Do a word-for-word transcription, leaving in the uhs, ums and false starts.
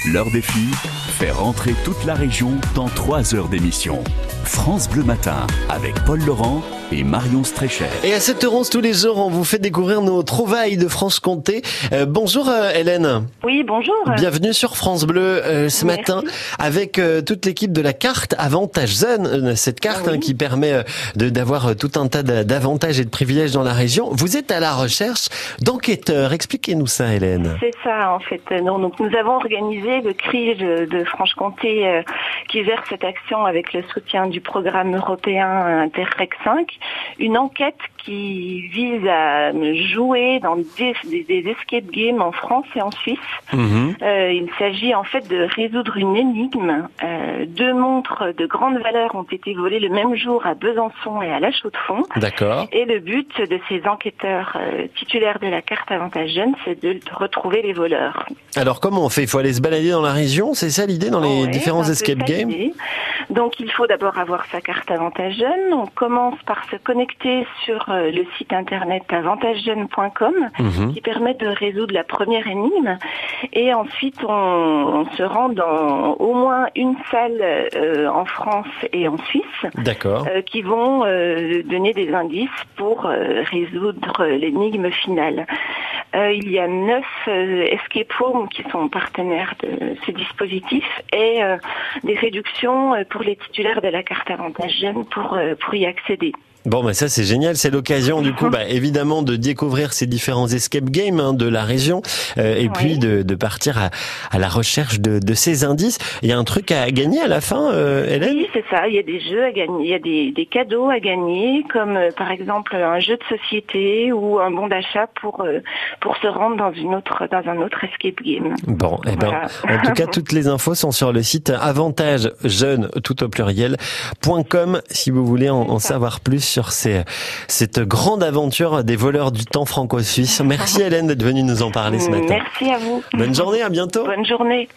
Leur défi, faire rentrer toute la région dans trois heures d'émission. France Bleu Matin avec Paul Laurent et Marion Streicher. Et à sept heures onze tous les jours, on vous fait découvrir nos trouvailles de Franche-Comté. Euh, bonjour euh, Hélène. Oui, bonjour. Bienvenue sur France Bleu euh, ce Merci. matin avec euh, toute l'équipe de la carte Avantage Jeune. Euh, cette carte ah oui. hein, qui permet euh, de, d'avoir euh, tout un tas d'avantages et de privilèges dans la région. Vous êtes à la recherche d'enquêteurs. Expliquez-nous ça Hélène. C'est ça en fait. Non, donc nous avons organisé le C R I G de Franche-Comté euh, qui gère cette action avec le soutien du programme européen Interreg cinq. Une enquête qui vise à jouer dans des, des, des escape games en France et en Suisse. Mmh. Euh, il s'agit en fait de résoudre une énigme. Euh, deux montres de grande valeur ont été volées le même jour à Besançon et à La Chaux-de-Fonds. D'accord. Et le but de ces enquêteurs euh, titulaires de la carte Avantage Jeune, c'est de retrouver les voleurs. Alors comment on fait? Il faut aller se balader dans la région, c'est ça l'idée dans les ouais, différents escape games? Donc il faut d'abord avoir sa carte Avantage Jeune. On commence par se connecter sur euh, le site internet avantage jeune point com mmh. qui permet de résoudre la première énigme. Et ensuite on, on se rend dans au moins une salle euh, en France et en Suisse. D'accord. Euh, qui vont euh, donner des indices pour euh, résoudre l'énigme finale. Euh, il y a neuf euh, escape rooms qui sont partenaires de ce dispositif et euh, des réductions pour les titulaires de la carte Avantage Jeune pour, euh, pour y accéder. Bon, bah ça c'est génial, c'est l'occasion du coup, bah évidemment de découvrir ces différents escape games hein, de la région euh, et oui. puis de, de partir à, à la recherche de, de ces indices. Il y a un truc à gagner à la fin, euh, Hélène? Oui, c'est ça. Il y a des jeux à gagner, il y a des, des cadeaux à gagner, comme euh, par exemple un jeu de société ou un bon d'achat pour euh, pour se rendre dans une autre dans un autre escape game. Bon, eh ben, voilà. En tout cas, toutes les infos sont sur le site avantage jeune tout au pluriel point com si vous voulez en, en savoir plus sur ces, cette grande aventure des voleurs du temps franco-suisse. Merci Hélène d'être venue nous en parler ce matin. Merci à vous. Bonne journée, à bientôt. Bonne journée.